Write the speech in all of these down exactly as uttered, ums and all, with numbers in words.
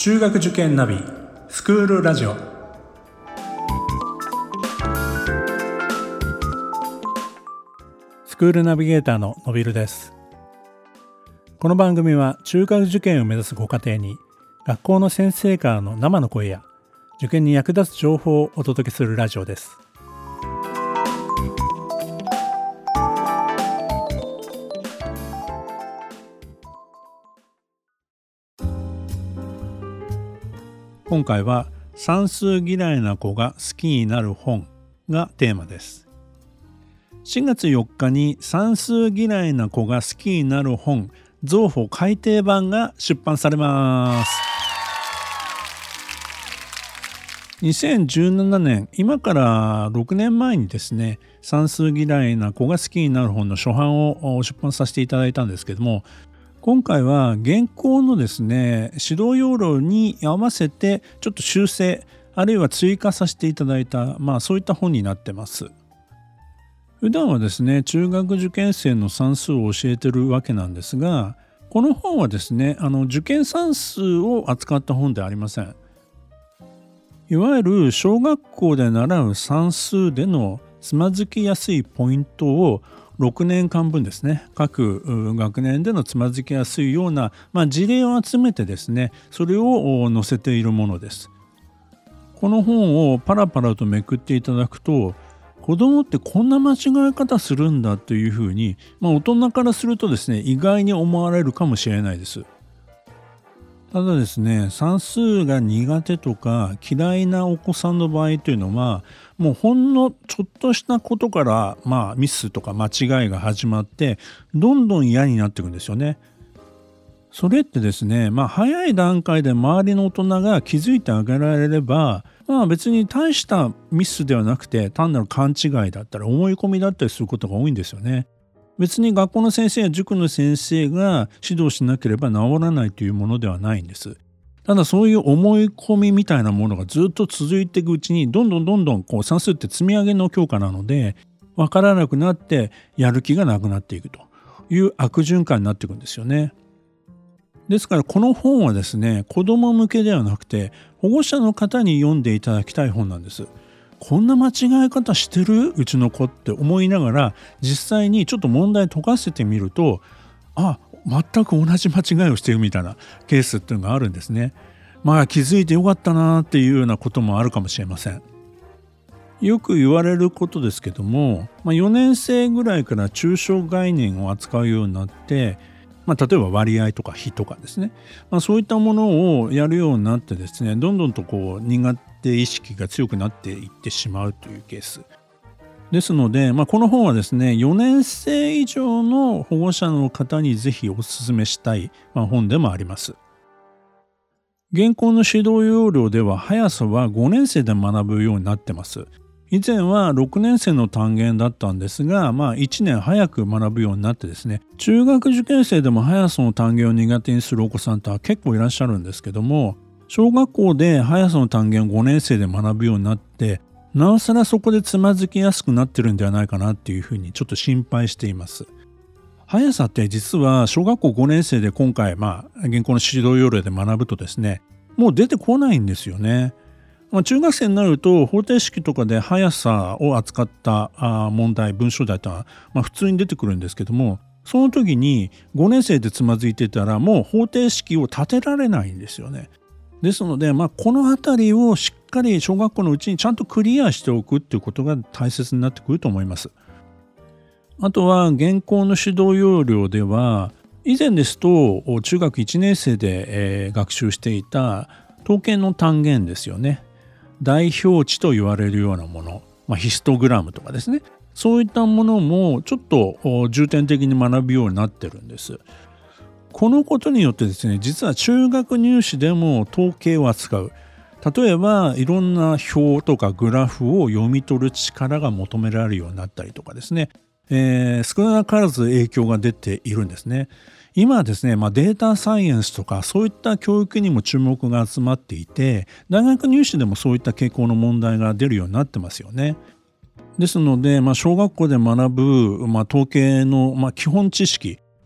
中学受験ナビスクールラジオ。スクールナビゲーターののびるです。この番組は中学受験を目指すご家庭に学校の先生からの生の声や受験に役立つ情報をお届けするラジオです。今回は算数嫌いな子が好きになる本がテーマです。しがつよっかに算数嫌いな子が好きになる本増補改訂版が出版されます。にせんじゅうななねん、今からろくねんまえにですね、算数嫌いな子が好きになる本の初版を出版させていただいたんですけども、今回は現行のですね指導要領に合わせてちょっと修正あるいは追加させていただいた、まあそういった本になってます。普段はですね中学受験生の算数を教えてるわけなんですが、この本はですねあの受験算数を扱った本ではありません。いわゆる小学校で習う算数でのつまずきやすいポイントをろくねんかんぶんですね、各学年でのつまずきやすいような、まあ、事例を集めてですねそれを載せているものです。この本をパラパラとめくっていただくと、子供ってこんな間違い方するんだというふうに、まあ、大人からするとですね意外に思われるかもしれないです。ただですね、算数が苦手とか嫌いなお子さんの場合というのは、もうほんのちょっとしたことから、まあ、ミスとか間違いが始まってどんどん嫌になっていくんですよね。それってですね、まあ、早い段階で周りの大人が気づいてあげられれば、まあ、別に大したミスではなくて単なる勘違いだったり思い込みだったりすることが多いんですよね。別に学校の先生や塾の先生が指導しなければ治らないというものではないんです。ただそういう思い込みみたいなものがずっと続いていくうちにどんどんどんどんこう算数って積み上げの教科なので分からなくなってやる気がなくなっていくという悪循環になっていくんですよね。ですからこの本はですね子ども向けではなくて保護者の方に読んでいただきたい本なんです。こんな間違い方してるうちの子って思いながら実際にちょっと問題解かせてみると、あ、全く同じ間違いをしているみたいなケースっていうのがあるんですね。まあ気づいてよかったなっていうようなこともあるかもしれません。よく言われることですけども、まあ、よねん生ぐらいから抽象概念を扱うようになって、まあ、例えば割合とか比とかですね、まあ、そういったものをやるようになってですね、どんどんとこう苦手意識が強くなっていってしまうというケースですので、まあ、この本はですねよねん生以上の保護者の方にぜひお勧めしたい、まあ、本でもあります。現行の指導要領では速さはごねん生で学ぶようになってます。以前はろくねん生の単元だったんですが、まあ、いちねん早く学ぶようになってですね、中学受験生でも速さの単元を苦手にするお子さんとは結構いらっしゃるんですけども、小学校で速さの単元をごねん生で学ぶようになって、なおさらそこでつまずきやすくなってるんではないかなっていうふうにちょっと心配しています。速さって実は小学校ごねん生で今回、まあ、現行の指導要領で学ぶとですね、もう出てこないんですよね。まあ、中学生になると方程式とかで速さを扱った問題文章題というのは、まあ、普通に出てくるんですけども、その時にごねん生でつまずいてたらもう方程式を立てられないんですよね。ですので、まあ、この辺りをしっかり小学校のうちにちゃんとクリアしておくっていうことが大切になってくると思います。あとは現行の指導要領では以前ですと中学いちねん生で、えー、学習していた統計の単元ですよね。代表値と言われるようなもの、まあ、ヒストグラムとかですね、そういったものもちょっと重点的に学ぶようになってるんです。このことによってですね、実は中学入試でも統計を扱う、例えばいろんな表とかグラフを読み取る力が求められるようになったりとかですね、えー、少なからず影響が出ているんですね。今はですね、まあ、データサイエンスとかそういった教育にも注目が集まっていて、大学入試でもそういった傾向の問題が出るようになってますよね。ですので、まあ、小学校で学ぶ、まあ、統計の、まあ、基本知識、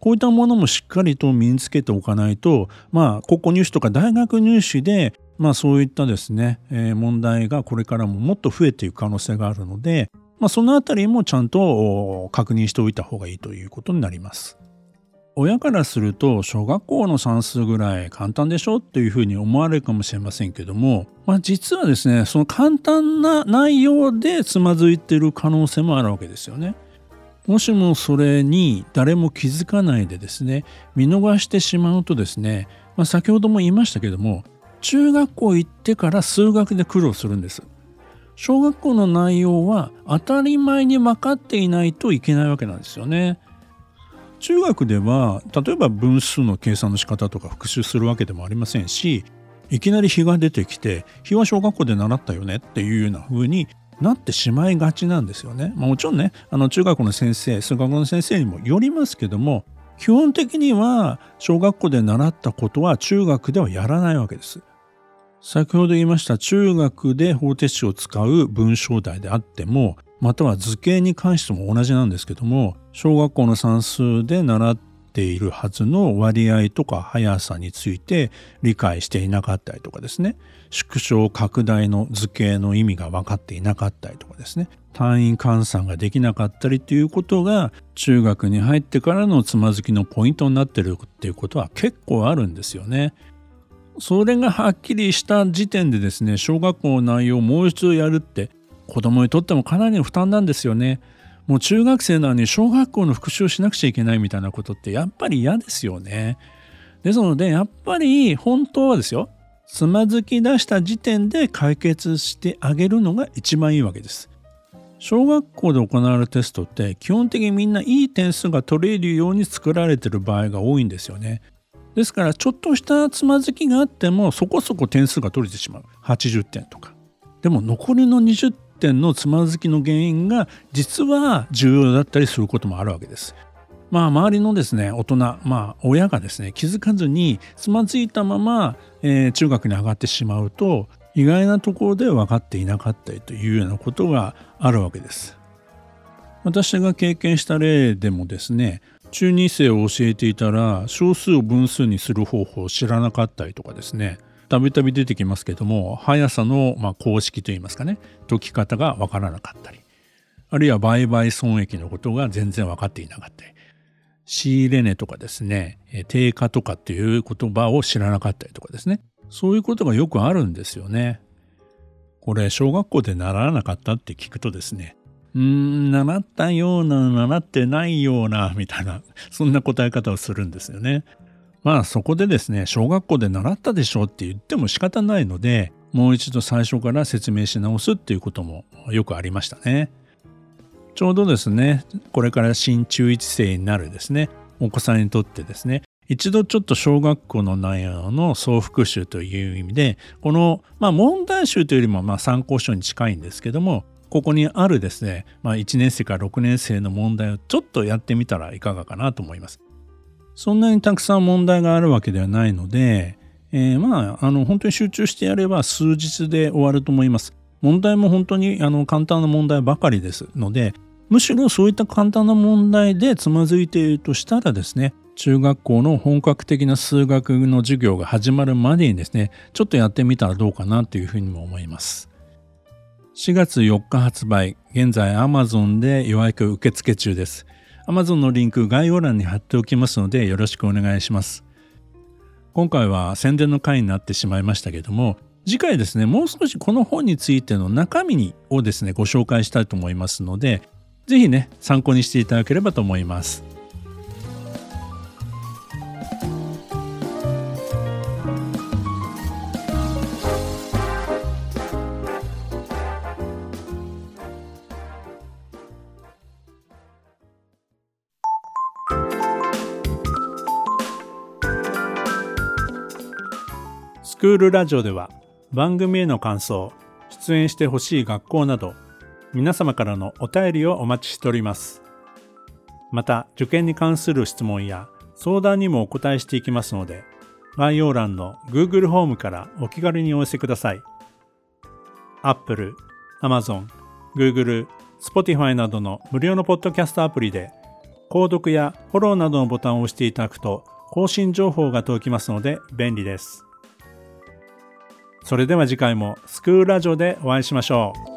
こういったものもしっかりと身につけておかないと、まあ高校入試とか大学入試でまあそういったですね、えー、問題がこれからももっと増えていく可能性があるので、まあそのあたりもちゃんと確認しておいた方がいいということになります。親からすると小学校の算数ぐらい簡単でしょっていうふうに思われるかもしれませんけども、まあ、実はですねその簡単な内容でつまずいている可能性もあるわけですよね。もしもそれに誰も気づかないでですね見逃してしまうとですね、まあ、先ほども言いましたけども中学校行ってから数学で苦労するんです。小学校の内容は当たり前に分かっていないといけないわけなんですよね。中学では例えば分数の計算の仕方とか復習するわけでもありませんし、いきなり比が出てきて比は小学校で習ったよねっていうような風になってしまいがちなんですよね。まあ、もちろんねあの中学の先生数学の先生にもよりますけども、基本的には小学校で習ったことは中学ではやらないわけです。先ほど言いました中学で方程式を使う文章題であっても、または図形に関しても同じなんですけども、小学校の算数で習っているはずの割合とか速さについて理解していなかったりとかですね、縮小拡大の図形の意味が分かっていなかったりとかですね、単位換算ができなかったりということが中学に入ってからのつまずきのポイントになっているっていうことは結構あるんですよね。それがはっきりした時点でですね、小学校の内容をもう一度やるって子供にとってもかなりの負担なんですよね。もう中学生なのに小学校の復習をしなくちゃいけないみたいなことってやっぱり嫌ですよね。ですのでやっぱり本当はですよ、つまずき出した時点で解決してあげるのが一番いいわけです。小学校で行われるテストって基本的にみんないい点数が取れるように作られている場合が多いんですよね。ですからちょっとしたつまずきがあってもそこそこ点数が取れてしまう。はちじゅってんとか。でも残りのにじゅってんのつまずきの原因が実は重要だったりすることもあるわけです。まあ周りのですね大人、まあ親がですね気づかずにつまずいたまま、えー、中学に上がってしまうと意外なところで分かっていなかったりというようなことがあるわけです。私が経験した例でもですね、中に生を教えていたら小数を分数にする方法を知らなかったりとかですね、たびたび出てきますけども速さのまあ公式といいますかね、解き方が分からなかったり、あるいは売買損益のことが全然分かっていなかったり、仕入れ値とかですね定価とかっていう言葉を知らなかったりとかですね、そういうことがよくあるんですよね。これ小学校で習わなかったって聞くとですね、うーん習ったような習ってないようなみたいな、そんな答え方をするんですよね。まあそこでですね小学校で習ったでしょって言っても仕方ないので、もう一度最初から説明し直すっていうこともよくありましたね。ちょうどですねこれから新中一生になるですねお子さんにとってですね、一度ちょっと小学校の内容の総復習という意味でこの、まあ、問題集というよりもまあ参考書に近いんですけども、ここにあるですね、まあ、いちねん生からろくねん生の問題をちょっとやってみたらいかがかなと思います。そんなにたくさん問題があるわけではないので、えー、まああの本当に集中してやれば数日で終わると思います。問題も本当にあの簡単な問題ばかりですので、むしろそういった簡単な問題でつまずいているとしたらですね、中学校の本格的な数学の授業が始まるまでにですねちょっとやってみたらどうかなというふうにも思います。しがつよっか発売、現在 Amazon で予約受付中です。Amazon のリンク概要欄に貼っておきますのでよろしくお願いします。今回は宣伝の回になってしまいましたけれども、次回ですねもう少しこの本についての中身をですねご紹介したいと思いますので、ぜひね参考にしていただければと思います。スクールラジオでは番組への感想、出演してほしい学校など皆様からのお便りをお待ちしております。また受験に関する質問や相談にもお答えしていきますので、概要欄の Google ホームからお気軽にお寄せください。Apple、Amazon、Google、Spotify などの無料のポッドキャストアプリで購読やフォローなどのボタンを押していただくと更新情報が届きますので便利です。それでは次回もスクールラジオでお会いしましょう。